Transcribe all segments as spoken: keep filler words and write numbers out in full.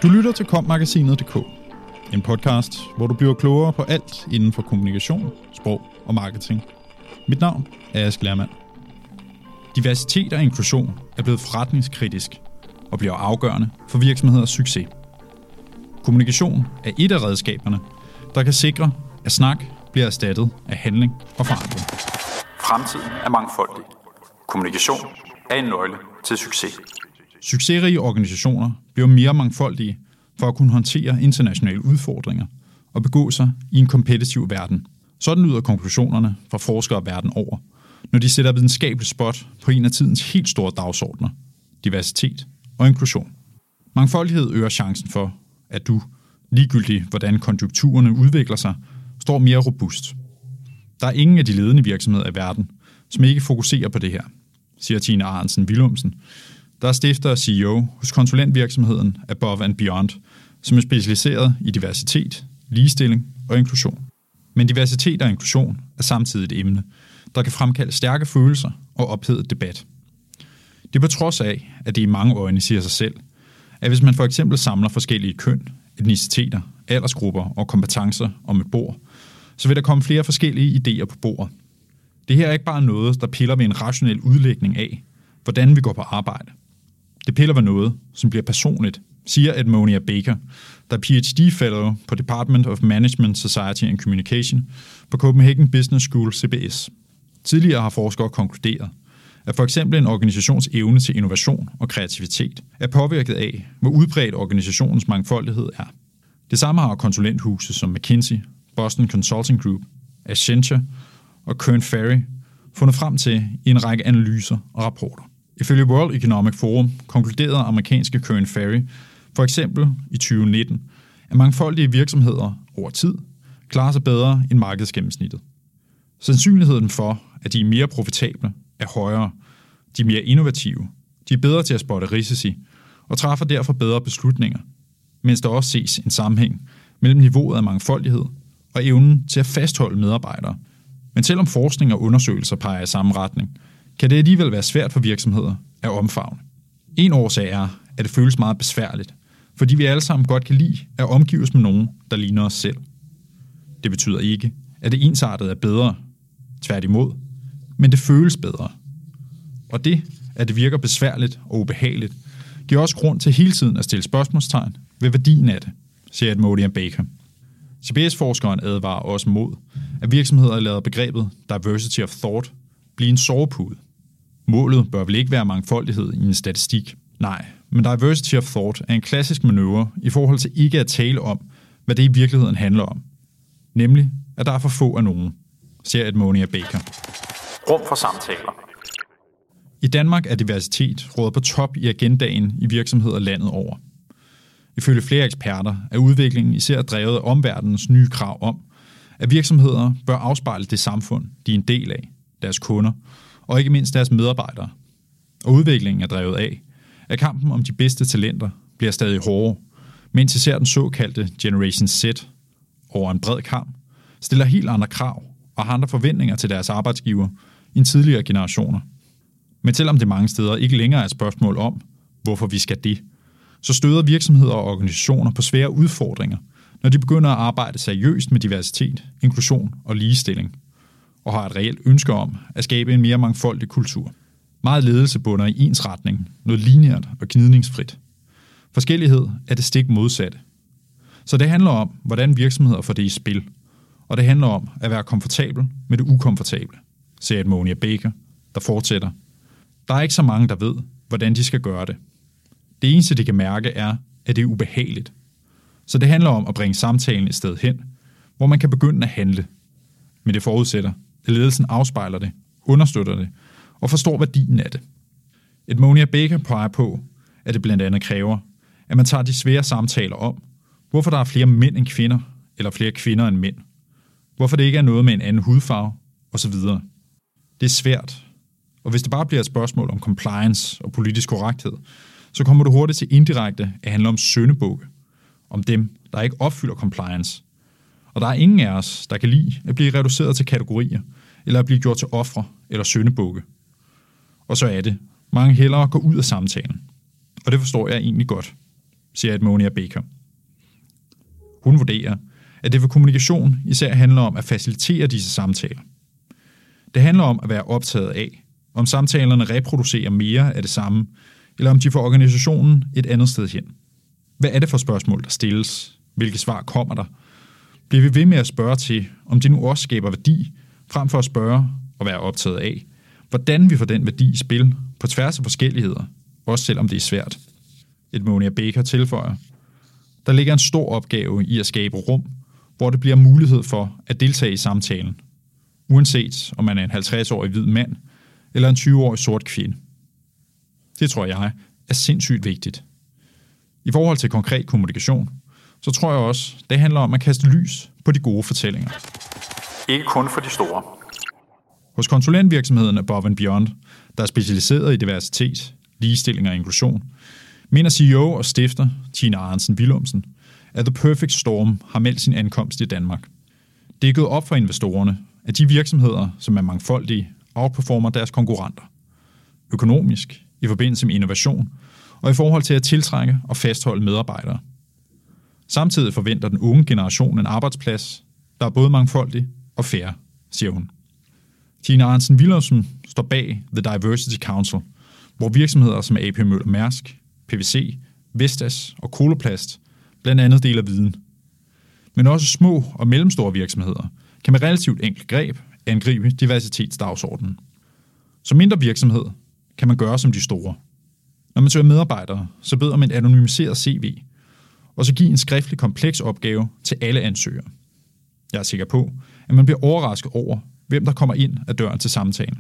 Du lytter til Kom-magasinet punktum d k, en podcast, hvor du bliver klogere på alt inden for kommunikation, sprog og marketing. Mit navn er Ask Lermand. Diversitet og inklusion er blevet forretningskritisk og bliver afgørende for virksomheders succes. Kommunikation er et af redskaberne, der kan sikre, at snak bliver erstattet af handling og forandring. Fremtiden er mangfoldig. Kommunikation er en nøgle til succes. Succesrige organisationer bliver mere mangfoldige for at kunne håndtere internationale udfordringer og begå sig i en kompetitiv verden. Sådan lyder konklusionerne fra forskere verden over, når de sætter videnskabeligt spot på en af tidens helt store dagsordner: diversitet og inklusion. Mangfoldighed øger chancen for, at du, ligegyldigt hvordan konjunkturerne udvikler sig, står mere robust. Der er ingen af de ledende virksomheder i verden, som ikke fokuserer på det her, siger Tine Arntzen Willumsen, der er stifter og C E O hos konsulentvirksomheden Above and Beyond, som er specialiseret i diversitet, ligestilling og inklusion. Men diversitet og inklusion er samtidig et emne, der kan fremkalde stærke følelser og ophedet debat. Det er på trods af, at det i mange øjne siger sig selv, at hvis man for eksempel samler forskellige køn, etniciteter, aldersgrupper og kompetencer om et bord, så vil der komme flere forskellige idéer på bordet. Det her er ikke bare noget, der piller ved en rationel udlægning af, hvordan vi går på arbejde. Det piller ved noget, som bliver personligt, siger Edmonia Baker, der er P H D Fellow på Department of Management, Society and Communication på Copenhagen Business School C B S. Tidligere har forskere konkluderet, at for eksempel en organisations evne til innovation og kreativitet er påvirket af, hvor udbredt organisationens mangfoldighed er. Det samme har konsulenthuse som McKinsey, Boston Consulting Group, Accenture og Korn Ferry fundet frem til i en række analyser og rapporter. Ifølge World Economic Forum konkluderede amerikanske Korn Ferry for eksempel i tyve nitten, at mangfoldige virksomheder over tid klarer sig bedre end markedsgennemsnittet. Sandsynligheden for, at de er mere profitable, er højere, de er mere innovative, de er bedre til at spotte risici og træffer derfor bedre beslutninger, mens der også ses en sammenhæng mellem niveauet af mangfoldighed og evnen til at fastholde medarbejdere. Men selvom forskning og undersøgelser peger i samme retning, kan det alligevel være svært for virksomheder at omfavne. En årsag er, at det føles meget besværligt, fordi vi alle sammen godt kan lide at omgives med nogen, der ligner os selv. Det betyder ikke, at det ensartede er bedre, tværtimod, men det føles bedre. Og det, at det virker besværligt og ubehageligt, giver også grund til hele tiden at stille spørgsmålstegn ved værdien af det, siger Edmonia Baker. C B S-forskeren advarer også mod, at virksomheder lader begrebet diversity of thought blive en sovepude. Målet bør vel ikke være mangfoldighed i en statistik. Nej, men diversity of thought er en klassisk manøvre i forhold til ikke at tale om, hvad det i virkeligheden handler om. Nemlig, at der er for få af nogen, siger Edmonia Baker. Rum for samtaler. I Danmark er diversitet rådet på top i agendaen i virksomheder landet over. Ifølge flere eksperter er udviklingen især drevet af omverdenens nye krav om, at virksomheder bør afspejle det samfund, de er en del af, deres kunder og ikke mindst deres medarbejdere. Og udviklingen er drevet af, at kampen om de bedste talenter bliver stadig hårdere, mens især den såkaldte Generation Z over en bred kamp stiller helt andre krav og har andre forventninger til deres arbejdsgiver end tidligere generationer. Men selvom det mange steder ikke længere er et spørgsmål om, hvorfor vi skal det, så støder virksomheder og organisationer på svære udfordringer, når de begynder at arbejde seriøst med diversitet, inklusion og ligestilling, og har et reelt ønske om at skabe en mere mangfoldig kultur. Meget ledelse bunder i ensretning, noget lineært og gnidningsfrit. Forskellighed er det stik modsatte. Så det handler om, hvordan virksomheder får det i spil, og det handler om at være komfortabel med det ukomfortable, siger Edmonia Baker, der fortsætter. Der er ikke så mange, der ved, hvordan de skal gøre det. Det eneste, de kan mærke, er, at det er ubehageligt. Så det handler om at bringe samtalen et sted hen, hvor man kan begynde at handle. Men det forudsætter, at ledelsen afspejler det, understøtter det og forstår værdien af det. Edmonia Baker peger på, at det blandt andet kræver, at man tager de svære samtaler om, hvorfor der er flere mænd end kvinder, eller flere kvinder end mænd. Hvorfor det ikke er noget med en anden hudfarve, osv. Det er svært, og hvis det bare bliver et spørgsmål om compliance og politisk korrekthed, så kommer du hurtigt til indirekte at handle om syndebukke, om dem, der ikke opfylder compliance. Og der er ingen af os, der kan lide at blive reduceret til kategorier, eller at blive gjort til ofre eller syndebukke. Og så er det, mange hellere går ud af samtalen. Og det forstår jeg egentlig godt, siger Edmonia Baker. Hun vurderer, at det for kommunikation især handler om at facilitere disse samtaler. Det handler om at være optaget af, om samtalerne reproducerer mere af det samme, eller om de får organisationen et andet sted hen. Hvad er det for spørgsmål, der stilles? Hvilke svar kommer der? Bliver vi ved med at spørge til, om det nu også skaber værdi, frem for at spørge og være optaget af, hvordan vi får den værdi i spil på tværs af forskelligheder, også selvom det er svært. Edmonia Baker tilføjer, der ligger en stor opgave i at skabe rum, hvor det bliver mulighed for at deltage i samtalen, uanset om man er en halvtreds-årig hvid mand eller en tyve-årig sort kvinde. Det tror jeg er sindssygt vigtigt. I forhold til konkret kommunikation, så tror jeg også, det handler om at kaste lys på de gode fortællinger. Ikke kun for de store. Hos konsulentvirksomheden Above and Beyond, der er specialiseret i diversitet, ligestilling og inklusion, mener C E O og stifter Tina Arentzen Willumsen, at The Perfect Storm har meldt sin ankomst i Danmark. Det er gået op for investorerne, at de virksomheder, som er mangfoldige, outperformer deres konkurrenter. Økonomisk, i forbindelse med innovation, og i forhold til at tiltrække og fastholde medarbejdere. Samtidig forventer den unge generation en arbejdsplads, der er både mangfoldig og fair, siger hun. Tina Arentzen Willumsen står bag The Diversity Council, hvor virksomheder som A P Møller Mærsk, P V C, Vestas og Coloplast blandt andet deler viden. Men også små og mellemstore virksomheder kan med relativt enkelt greb angribe diversitetsdagsordenen. Som mindre virksomhed kan man gøre som de store. Når man søger medarbejdere, så beder man et anonymiseret C V, og så give en skriftlig kompleks opgave til alle ansøgere. Jeg er sikker på, at man bliver overrasket over, hvem der kommer ind ad døren til samtalen.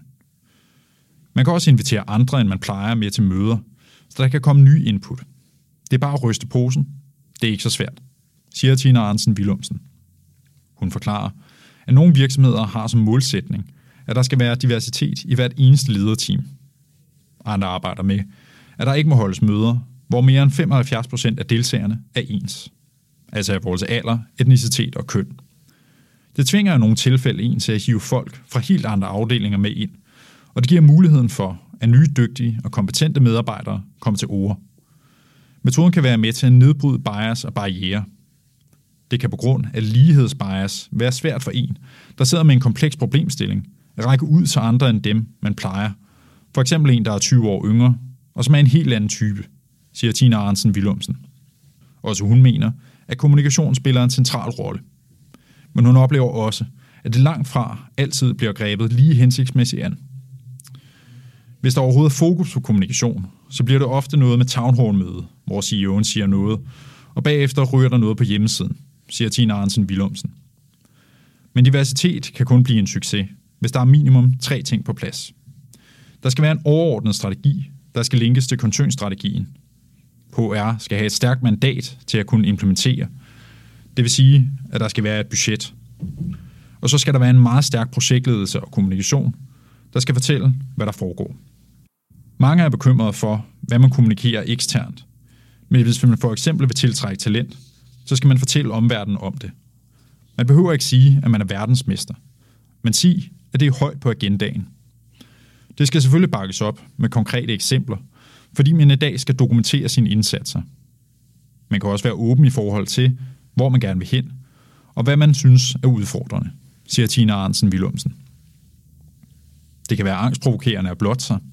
Man kan også invitere andre, end man plejer, med til møder, så der kan komme nye input. Det er bare at ryste posen. Det er ikke så svært, siger Tina Arentzen Willumsen. Hun forklarer, at nogle virksomheder har som målsætning, at der skal være diversitet i hvert eneste lederteam. Andre arbejder med, at der ikke må holdes møder, hvor mere end femoghalvfjerds procent af deltagerne er ens. Altså i forhold til alder, etnicitet og køn. Det tvinger i nogle tilfælde en til at hive folk fra helt andre afdelinger med ind, og det giver muligheden for, at nye dygtige og kompetente medarbejdere kommer til orde. Metoden kan være med til at nedbryde bias og barrierer. Det kan på grund af lighedsbias være svært for en, der sidder med en kompleks problemstilling, at række ud til andre end dem, man plejer. For eksempel en, der er tyve år yngre, og som er en helt anden type, siger Tina Arentzen Willumsen. Også hun mener, at kommunikation spiller en central rolle. Men hun oplever også, at det langt fra altid bliver grebet lige hensigtsmæssigt an. Hvis der overhovedet er fokus på kommunikation, så bliver det ofte noget med town hall-møde, hvor C E O'en siger noget, og bagefter ryger der noget på hjemmesiden, siger Tina Arentzen Willumsen. Men diversitet kan kun blive en succes, hvis der er minimum tre ting på plads. Der skal være en overordnet strategi, der skal linkes til koncernstrategien. H R skal have et stærkt mandat til at kunne implementere. Det vil sige, at der skal være et budget. Og så skal der være en meget stærk projektledelse og kommunikation, der skal fortælle, hvad der foregår. Mange er bekymrede for, hvad man kommunikerer eksternt. Men hvis man for eksempel vil tiltrække talent, så skal man fortælle omverdenen om det. Man behøver ikke sige, at man er verdensmester, men sige, at det er højt på agendaen. Det skal selvfølgelig bakkes op med konkrete eksempler, fordi man i dag skal dokumentere sine indsatser. Man kan også være åben i forhold til, hvor man gerne vil hen, og hvad man synes er udfordrende, siger Tina Arentzen Willumsen. Det kan være angstprovokerende at blotte sig.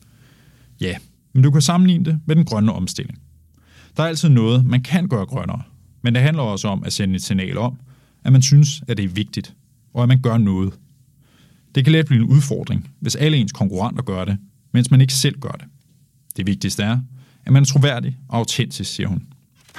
Ja, men du kan sammenligne det med den grønne omstilling. Der er altid noget, man kan gøre grønnere, men det handler også om at sende et signal om, at man synes, at det er vigtigt, og at man gør noget. Det kan let blive en udfordring, hvis alle ens konkurrenter gør det, mens man ikke selv gør det. Det vigtigste er, at man er troværdig og autentisk, siger hun.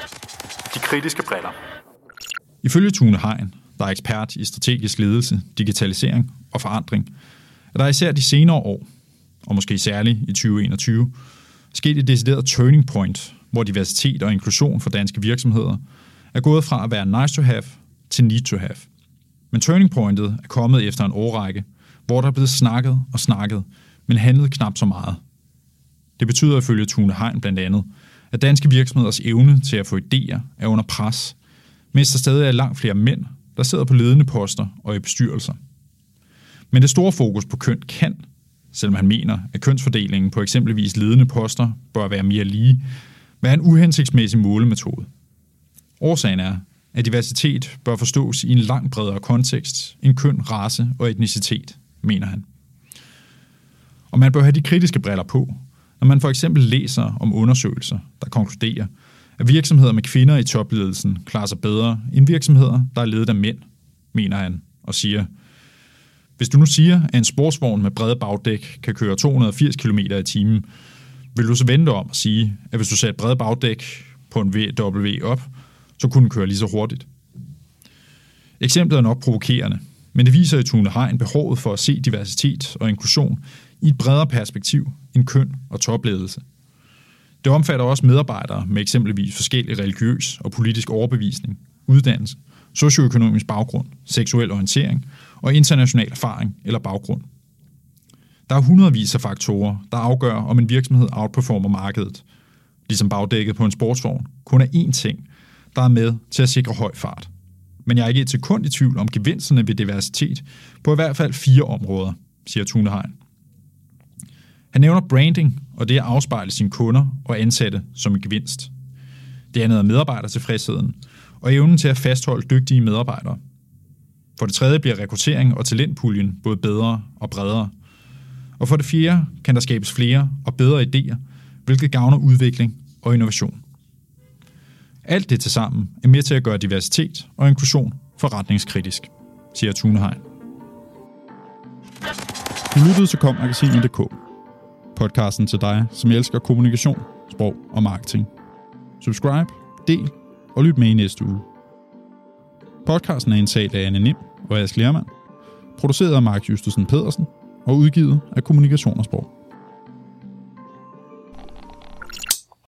De kritiske briller. Ifølge Tune Hein, der er ekspert i strategisk ledelse, digitalisering og forandring, er der især de senere år, og måske særligt i tyve enogtyve, sket et decideret turning point, hvor diversitet og inklusion for danske virksomheder er gået fra at være nice to have til need to have. Men turning pointet er kommet efter en årrække, hvor der er blevet snakket og snakket, men handlet knap så meget. Det betyder ifølge Tune Hein blandt andet, at danske virksomheders evne til at få idéer er under pres, mens der stadig er langt flere mænd, der sidder på ledende poster og i bestyrelser. Men det store fokus på køn kan, selvom han mener, at kønsfordelingen på eksempelvis ledende poster bør være mere lige, Hvad er en uhensigtsmæssig målemetode? Årsagen er, at diversitet bør forstås i en langt bredere kontekst end køn, race og etnicitet, mener han. Og man bør have de kritiske briller på, når man for eksempel læser om undersøgelser, der konkluderer, at virksomheder med kvinder i topledelsen klarer sig bedre end virksomheder, der er ledet af mænd, mener han, og siger, hvis du nu siger, at en sportsvogn med brede bagdæk kan køre to hundrede og firs kilometer i timen, vil du så vente om at sige, at hvis du satte brede bagdæk på en V W op, så kunne den køre lige så hurtigt. Eksemplet er nok provokerende, men det viser i Tune Hein behovet for at se diversitet og inklusion i et bredere perspektiv end køn og topledelse. Det omfatter også medarbejdere med eksempelvis forskellig religiøs og politisk overbevisning, uddannelse, socioøkonomisk baggrund, seksuel orientering og international erfaring eller baggrund. Der er hundredvis af faktorer, der afgør, om en virksomhed outperformer markedet, ligesom bagdækket på en sportsvogn kun er én ting, der er med til at sikre høj fart. Men jeg er ikke et sekund i tvivl om gevinsterne ved diversitet på i hvert fald fire områder, siger Tune Hein. Han nævner branding og det at afspejle sine kunder og ansatte som en gevinst. Det andet er medarbejdertilfredsheden og evnen til at fastholde dygtige medarbejdere. For det tredje bliver rekruttering og talentpuljen både bedre og bredere. Og for det fjerde kan der skabes flere og bedre idéer, hvilket gavner udvikling og innovation. Alt det tilsammen er med til at gøre diversitet og inklusion forretningskritisk, siger Tune Hein. Du lyttede til kom magasinet punktum d k. Podcasten til dig, som elsker kommunikation, sprog og marketing. Subscribe, del og lyt med i næste uge. Podcasten er indtalt af Anne Nim og Ask Lermand, produceret af Mark Justesen Pedersen og udgivet af Kommunikation og Sprog.